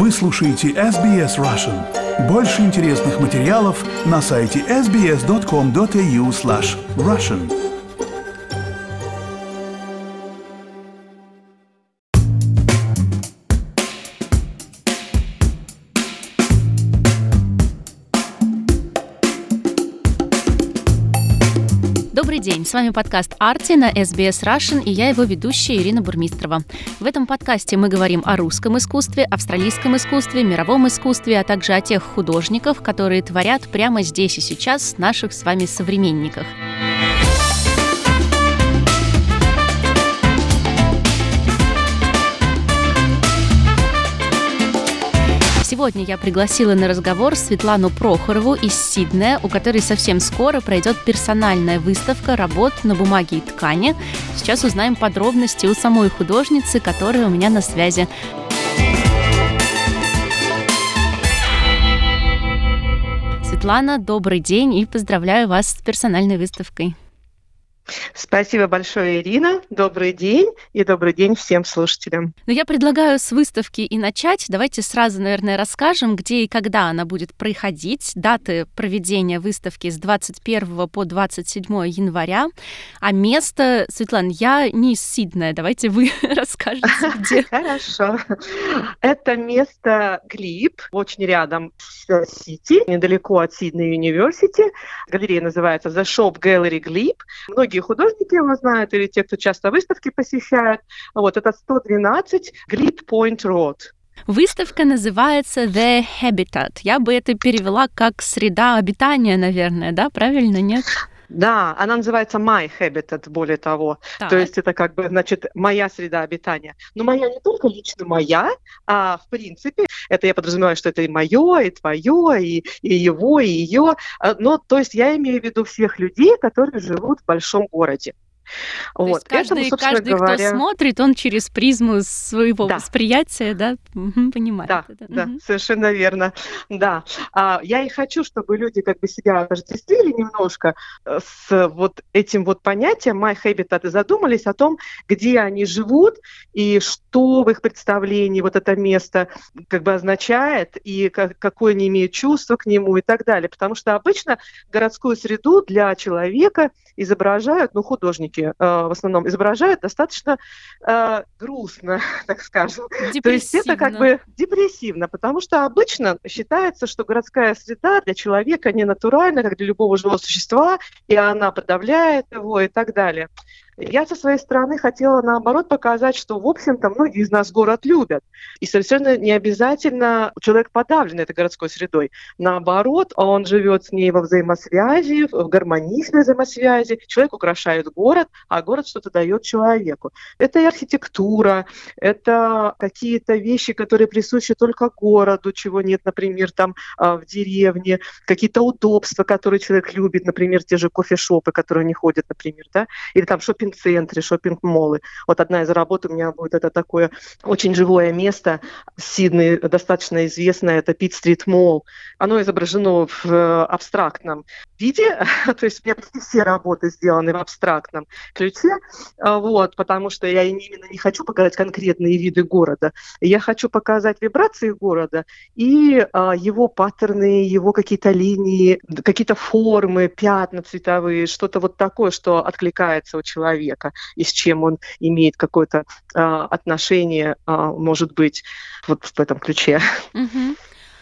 Вы слушаете SBS Russian. Больше интересных материалов на сайте sbs.com.au/russian. Добрый день, с вами подкаст «Арти» на SBS Russian, и я его ведущая Ирина Бурмистрова. В этом подкасте мы говорим о русском искусстве, австралийском искусстве, мировом искусстве, а также о тех художниках, которые творят прямо здесь и сейчас, наших с вами современниках. Сегодня я пригласила на разговор Светлану Прохорову из Сиднея, у которой совсем скоро пройдет персональная выставка работ на бумаге и ткани. Сейчас узнаем подробности у самой художницы, которая у меня на связи. Светлана, добрый день и поздравляю вас с персональной выставкой. Спасибо большое, Ирина. Добрый день и добрый день всем слушателям. Я предлагаю с выставки и начать. Давайте сразу, наверное, расскажем, где и когда она будет проходить. Даты проведения выставки с 21 по 27 января. А место, Светлана, я не из Сиднея. Давайте вы расскажете, где. Хорошо. Это место Глип, очень рядом с Сити, недалеко от Сидней Университи. Галерея называется The Shop Gallery Glebe. Многие художники его знают, или те, кто часто выставки посещают. Вот, это 112 Glebe Point Road. Выставка называется The Habitat. Я бы это перевела как «среда обитания», наверное, да? Правильно, нет? Да, она называется My Habitat, более того. Так. То есть это как бы, значит, моя среда обитания. Но моя не только лично моя, а в принципе, это я подразумеваю, что это и мое, и твое, и его, и ее. Но, то есть я имею в виду всех людей, которые живут в большом городе. То есть каждый, кто смотрит, он через призму своего восприятия, да, понимает. Да, совершенно верно. Да. Я и хочу, чтобы люди как бы себя отождествили немножко с вот этим вот понятием My Habitat и задумались о том, где они живут и что в их представлении вот это место как бы означает и какое они имеют чувство к нему и так далее. Потому что обычно городскую среду для человека изображают, художники в основном изображают достаточно грустно, так скажем. То есть это как бы депрессивно, потому что обычно считается, что городская среда для человека не натуральна, как для любого живого существа, и она подавляет его и так далее. Я со своей стороны хотела, наоборот, показать, что, в общем-то, многие из нас город любят. И совершенно не обязательно человек подавлен этой городской средой. Наоборот, он живет с ней во взаимосвязи, в гармоничной взаимосвязи. Человек украшает город, а город что-то дает человеку. Это и архитектура, это какие-то вещи, которые присущи только городу, чего нет, например, там в деревне, какие-то удобства, которые человек любит, например, те же кофешопы, которые не ходят, например, да, или там шоппинг-центры, шоппинг-моллы. Вот одна из работ у меня будет, это такое очень живое место в Сиднее, достаточно известное, это Пит-стрит Молл. Оно изображено в абстрактном виде, то есть у меня почти все работы сделаны в абстрактном ключе, вот, потому что я именно не хочу показать конкретные виды города, я хочу показать вибрации города и его паттерны, его какие-то линии, какие-то формы, пятна цветовые, что-то вот такое, что откликается у человека, и с чем он имеет какое-то отношение, может быть, вот в этом ключе. Угу.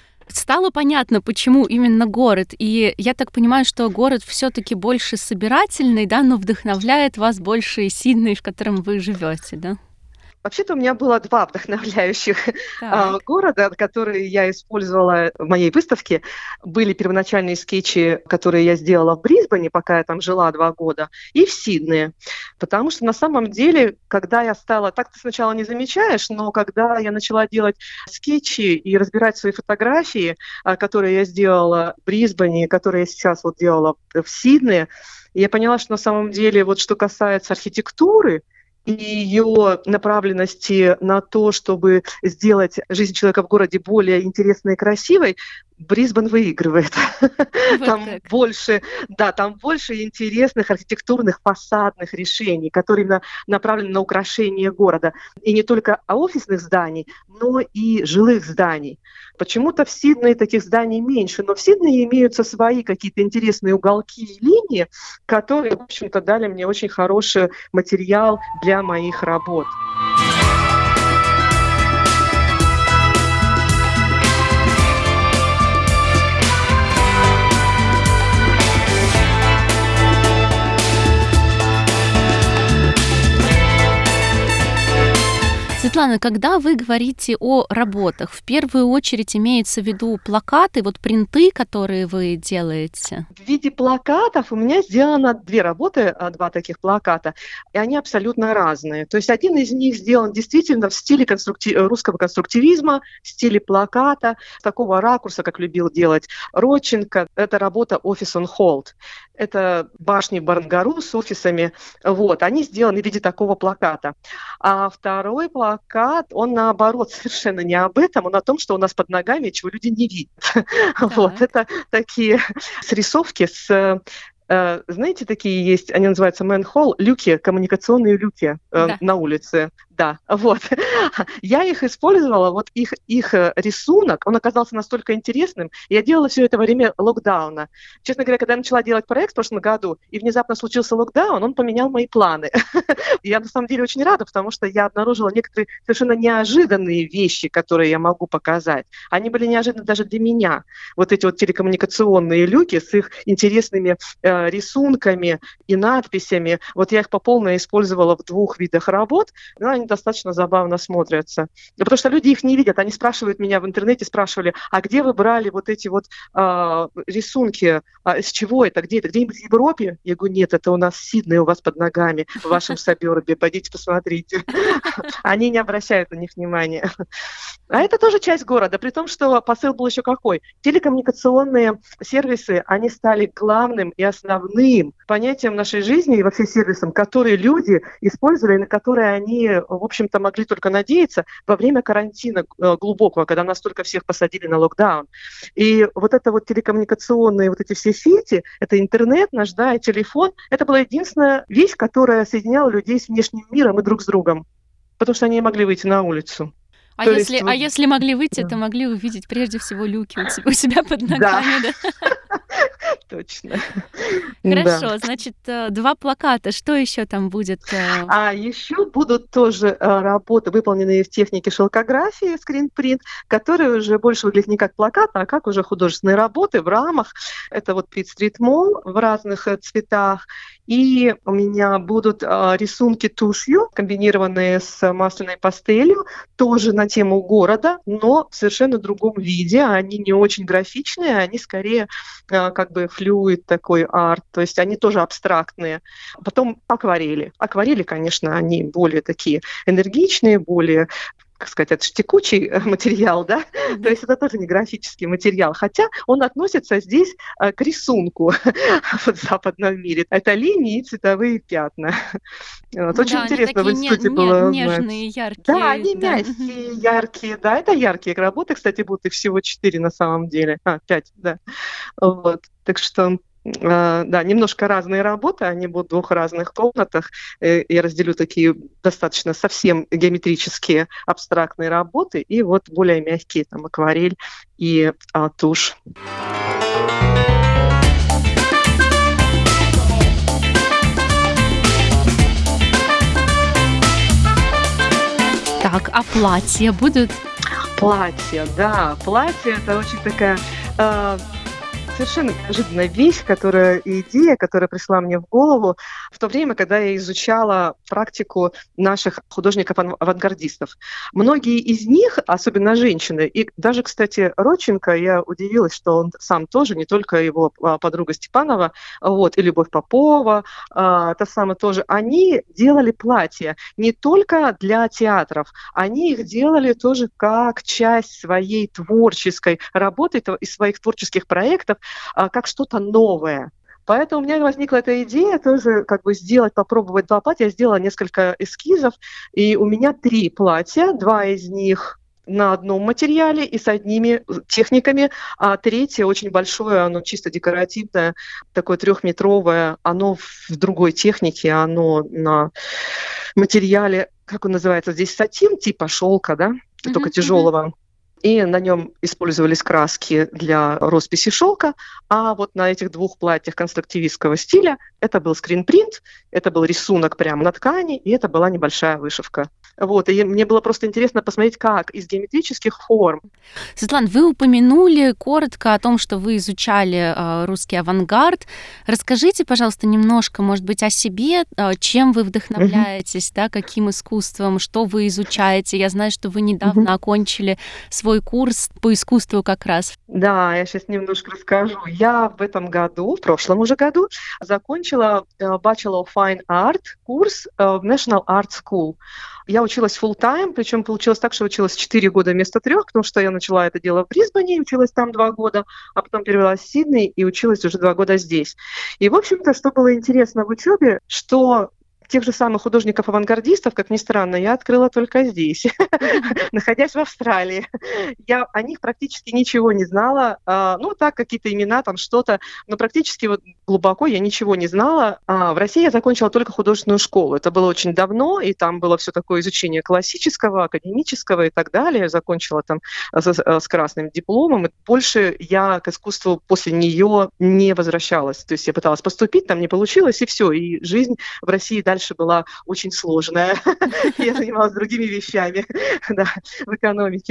Стало понятно, почему именно город. И я так понимаю, что город все-таки больше собирательный, да, но вдохновляет вас больше Сидней, в котором вы живете, да? Вообще-то у меня было два вдохновляющих города, которые я использовала в моей выставке. Были первоначальные скетчи, которые я сделала в Брисбене, пока я там жила 2 года, и в Сиднее. Потому что на самом деле, когда я стала... Так ты сначала не замечаешь, но когда я начала делать скетчи и разбирать свои фотографии, которые я сделала в Брисбене, которые я сейчас вот делала в Сиднее, я поняла, что на самом деле, вот что касается архитектуры, и ее направленности на то, чтобы сделать жизнь человека в городе более интересной и красивой, Брисбен выигрывает. Вот Там как. больше, да, там больше интересных архитектурных фасадных решений, которые направлены на украшение города. И не только офисных зданий, но и жилых зданий. Почему-то в Сиднее таких зданий меньше, но в Сиднее имеются свои какие-то интересные уголки и линии, которые, в общем-то, дали мне очень хороший материал для моих работ. Светлана, когда вы говорите о работах, в первую очередь имеется в виду плакаты, вот принты, которые вы делаете? В виде плакатов у меня сделано 2 работы, 2 таких плаката, и они абсолютно разные. То есть один из них сделан действительно в стиле русского конструктивизма, в стиле плаката, такого ракурса, как любил делать Родченко. Это работа «Office on Hold». Это башни Барнгару с офисами. Вот, они сделаны в виде такого плаката. А второй плакат, он наоборот совершенно не об этом, он о том, что у нас под ногами, чего люди не видят. Вот, Так. это такие срисовки знаете, такие есть, они называются manhole, люки, коммуникационные люки Да. на улице. Да, вот. Я их использовала, вот их рисунок, он оказался настолько интересным. Я делала все это во время локдауна. Честно говоря, когда я начала делать проект в прошлом году, и внезапно случился локдаун, он поменял мои планы. Я на самом деле очень рада, потому что я обнаружила некоторые совершенно неожиданные вещи, которые я могу показать. Они были неожиданны даже для меня. Вот эти вот телекоммуникационные люки с их интересными рисунками и надписями. Вот я их по полной использовала в 2 видах работ, но они достаточно забавно смотрятся. Потому что люди их не видят. Они спрашивают меня в интернете, спрашивали, а где вы брали вот эти вот рисунки? С чего это? Где это? Где-нибудь в Европе? Я говорю, нет, это у нас в Сиднее, у вас под ногами, в вашем сабёрбе. Пойдите посмотрите. Они не обращают на них внимания. А это тоже часть города, при том, что посыл был еще какой. Телекоммуникационные сервисы, они стали главным и основным понятием нашей жизни и вообще сервисом, которые люди использовали, на которые они, в общем-то, могли только надеяться во время карантина глубокого, когда нас только всех посадили на локдаун. И вот это вот телекоммуникационные вот эти все сети, это интернет наш, да, и телефон, это была единственная вещь, которая соединяла людей с внешним миром и друг с другом, потому что они не могли выйти на улицу. А То если, есть а вот, если могли выйти, да. то могли увидеть прежде всего люки у себя под Да, ногами, да? точно. Да. Хорошо, значит, 2 плаката. Что еще там будет? А еще будут тоже работы, выполненные в технике шелкографии, скринпринт, которые уже больше выглядят не как плакат, а как уже художественные работы в рамах. Это вот Пит-стрит Молл в разных цветах. И у меня будут рисунки тушью, комбинированные с масляной пастелью, тоже на тему города, но в совершенно другом виде. Они не очень графичные, они скорее как бы флюид такой арт, то есть они тоже абстрактные. Потом акварели. Акварели, конечно, они более такие энергичные, более, как сказать, это же текучий материал, да? То есть это тоже не графический материал, хотя он относится здесь к рисунку в западном мире. Это линии и цветовые пятна. Вот. Ну Очень да, они интересно в такие институте было узнать. нежные, Да, яркие, они да. мягкие, яркие, да, это яркие работы, кстати, будут их всего 4 на самом деле, 5, да. Вот. Так что да, немножко разные работы, они будут в 2 разных комнатах. Я разделю такие достаточно совсем геометрические абстрактные работы и вот более мягкие, там, акварель и тушь. Так, а платья будут? Платье, да, платье – это очень такая совершенно неожиданная вещь, идея, которая пришла мне в голову в то время, когда я изучала практику наших художников-авангардистов. Многие из них, особенно женщины, и даже, кстати, Родченко, я удивилась, что он сам тоже, не только его подруга Степанова, вот, и Любовь Попова, та самая тоже, они делали платья не только для театров, они их делали тоже как часть своей творческой работы и своих творческих проектов, как что-то новое. Поэтому у меня возникла эта идея тоже как бы попробовать 2 платья. Я сделала несколько эскизов, и у меня 3 платья, 2 из них на одном материале и с одними техниками, а третье очень большое, оно чисто декоративное, такое 3-метровое, оно в другой технике, оно на материале, как он называется здесь, сатин, типа шелка, да, только тяжелого. И на нем использовались краски для росписи шелка, а вот на этих 2 платьях конструктивистского стиля это был скринпринт, это был рисунок прямо на ткани, и это была небольшая вышивка. Вот, и мне было просто интересно посмотреть, как из геометрических форм. Светлана, вы упомянули коротко о том, что вы изучали русский авангард. Расскажите, пожалуйста, немножко, может быть, о себе, чем вы вдохновляетесь, да, каким искусством, что вы изучаете. Я знаю, что вы недавно окончили свой курс по искусству как раз. Да, я сейчас немножко расскажу. Я в прошлом уже году, закончила Bachelor of Fine Art курс в National Art School. Я училась full-time, причем получилось так, что училась 4 года вместо 3, потому что я начала это дело в Брисбене, училась там 2 года, а потом перевелась в Сидней и училась уже 2 года здесь. И, в общем-то, что было интересно в учебе, что тех же самых художников-авангардистов, как ни странно, я открыла только здесь, находясь в Австралии. Я о них практически ничего не знала. Ну, так, какие-то имена, там что-то, но практически вот глубоко я ничего не знала. В России я закончила только художественную школу. Это было очень давно, и там было все такое изучение классического, академического и так далее. Я закончила там с красным дипломом. И больше я к искусству после нее не возвращалась. То есть я пыталась поступить, там не получилось, и все. И жизнь в России дальше была очень сложная. Я занималась другими вещами в экономике.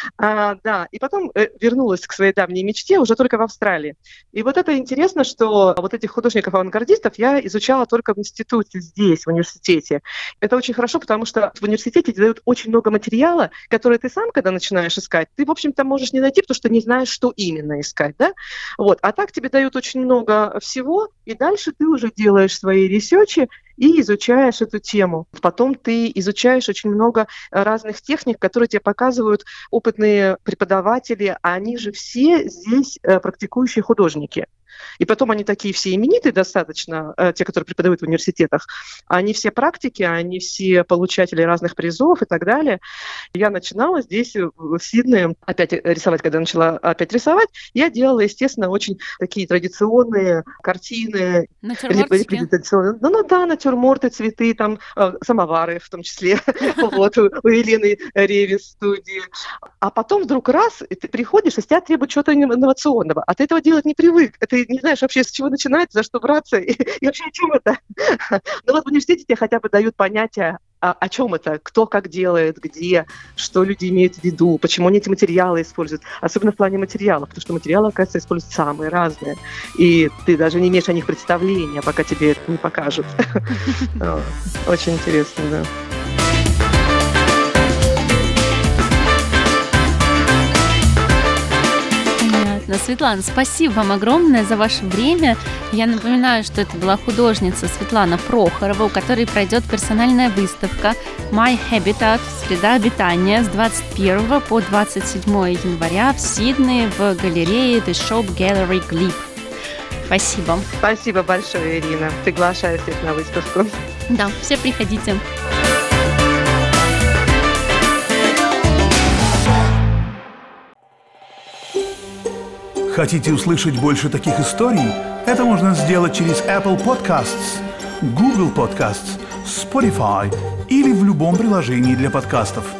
Да, и потом вернулась к своей давней мечте уже только в Австралии. И вот это интересно, что вот этих художников-авангардистов я изучала только в институте здесь, в университете. Это очень хорошо, потому что в университете тебе дают очень много материала, который ты сам, когда начинаешь искать, ты, в общем-то, можешь не найти, потому что не знаешь, что именно искать, да? Вот. А так тебе дают очень много всего, и дальше ты уже делаешь свои ресерчи и изучаешь эту тему. Потом ты изучаешь очень много разных техник, которые тебе показывают опытные преподаватели, а они же все здесь практикующие художники. И потом они такие все именитые достаточно, те, которые преподают в университетах. Они все практики, они все получатели разных призов и так далее. Я начинала здесь, в Сиднее, опять рисовать, когда начала опять рисовать, я делала, естественно, очень такие традиционные картины. Натюрморты, цветы, там, самовары в том числе, вот, у Елены Ревис в студии. А потом вдруг раз, ты приходишь, и с тебя требуют чего-то инновационного, а ты этого делать не привык. Ты не знаешь вообще, с чего начинать, за что браться, и вообще о чем это. Но вот в университете тебе хотя бы дают понятие, о чем это, кто как делает, где, что люди имеют в виду, почему они эти материалы используют. Особенно в плане материалов, потому что материалы, оказывается, используют самые разные. И ты даже не имеешь о них представления, пока тебе это не покажут. Очень интересно, да. Светлана, спасибо вам огромное за ваше время. Я напоминаю, что это была художница Светлана Прохорова, у которой пройдет персональная выставка My Habitat «Среда обитания» с 21 по 27 января в Сиднее в галерее The Shop Gallery Glebe. Спасибо. Спасибо большое, Ирина. Приглашаю всех на выставку. Да, все приходите. Хотите услышать больше таких историй? Это можно сделать через Apple Podcasts, Google Podcasts, Spotify или в любом приложении для подкастов.